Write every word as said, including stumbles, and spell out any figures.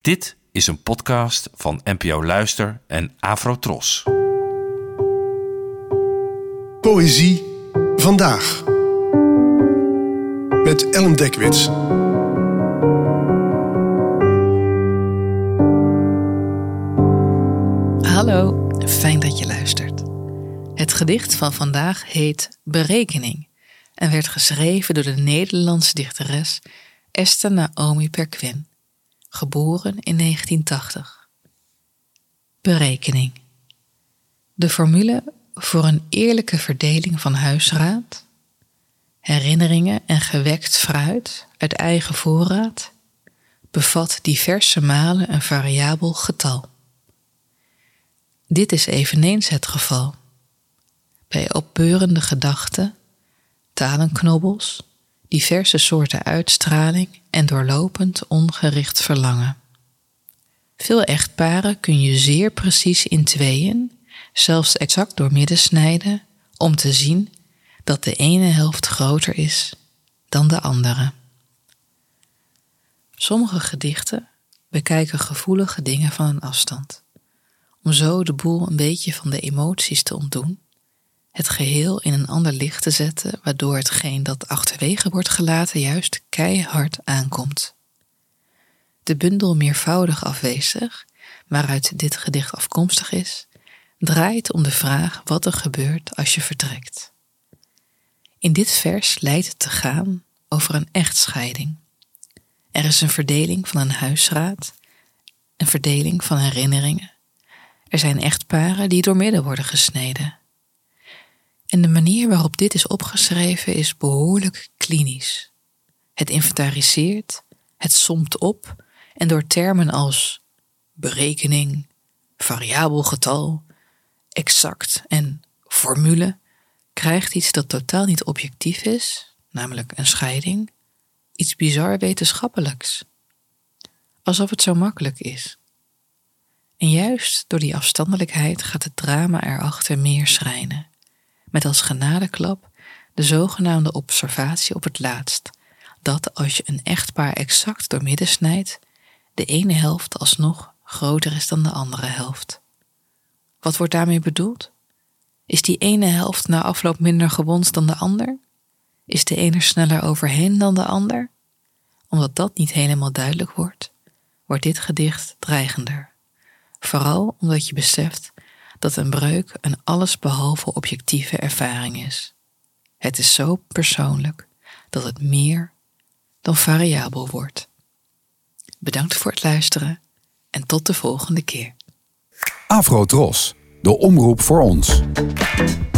Dit is een podcast van N P O Luister en Afrotros. Poëzie vandaag. Met Ellen Dekwits. Hallo, fijn dat je luistert. Het gedicht van vandaag heet Berekening en werd geschreven door de Nederlandse dichteres Esther Naomi Perquin, geboren in negentien tachtig. Berekening. De formule voor een eerlijke verdeling van huisraad, herinneringen en gewekt fruit uit eigen voorraad, bevat diverse malen een variabel getal. Dit is eveneens het geval. Bij opbeurende gedachten, talenknobbels, diverse soorten uitstraling en doorlopend ongericht verlangen. Veel echtparen kun je zeer precies in tweeën, zelfs exact doormidden snijden, om te zien dat de ene helft groter is dan de andere. Sommige gedichten bekijken gevoelige dingen van een afstand, om zo de boel een beetje van de emoties te ontdoen, het geheel in een ander licht te zetten, waardoor hetgeen dat achterwege wordt gelaten juist keihard aankomt. De bundel meervoudig afwezig, waaruit dit gedicht afkomstig is, draait om de vraag wat er gebeurt als je vertrekt. In dit vers lijkt het te gaan over een echtscheiding. Er is een verdeling van een huisraad, een verdeling van herinneringen. Er zijn echtparen die doormidden worden gesneden. En de manier waarop dit is opgeschreven is behoorlijk klinisch. Het inventariseert, het somt op en door termen als berekening, variabel getal, exact en formule krijgt iets dat totaal niet objectief is, namelijk een scheiding, iets bizar wetenschappelijks. Alsof het zo makkelijk is. En juist door die afstandelijkheid gaat het drama erachter meer schrijnen. Met als genadeklap de zogenaamde observatie op het laatst, dat als je een echtpaar exact doormidden snijdt, de ene helft alsnog groter is dan de andere helft. Wat wordt daarmee bedoeld? Is die ene helft na afloop minder gewond dan de ander? Is de ene sneller overheen dan de ander? Omdat dat niet helemaal duidelijk wordt, wordt dit gedicht dreigender. Vooral omdat je beseft dat een breuk een allesbehalve objectieve ervaring is. Het is zo persoonlijk dat het meer dan variabel wordt. Bedankt voor het luisteren en tot de volgende keer. Afrotros, de omroep voor ons.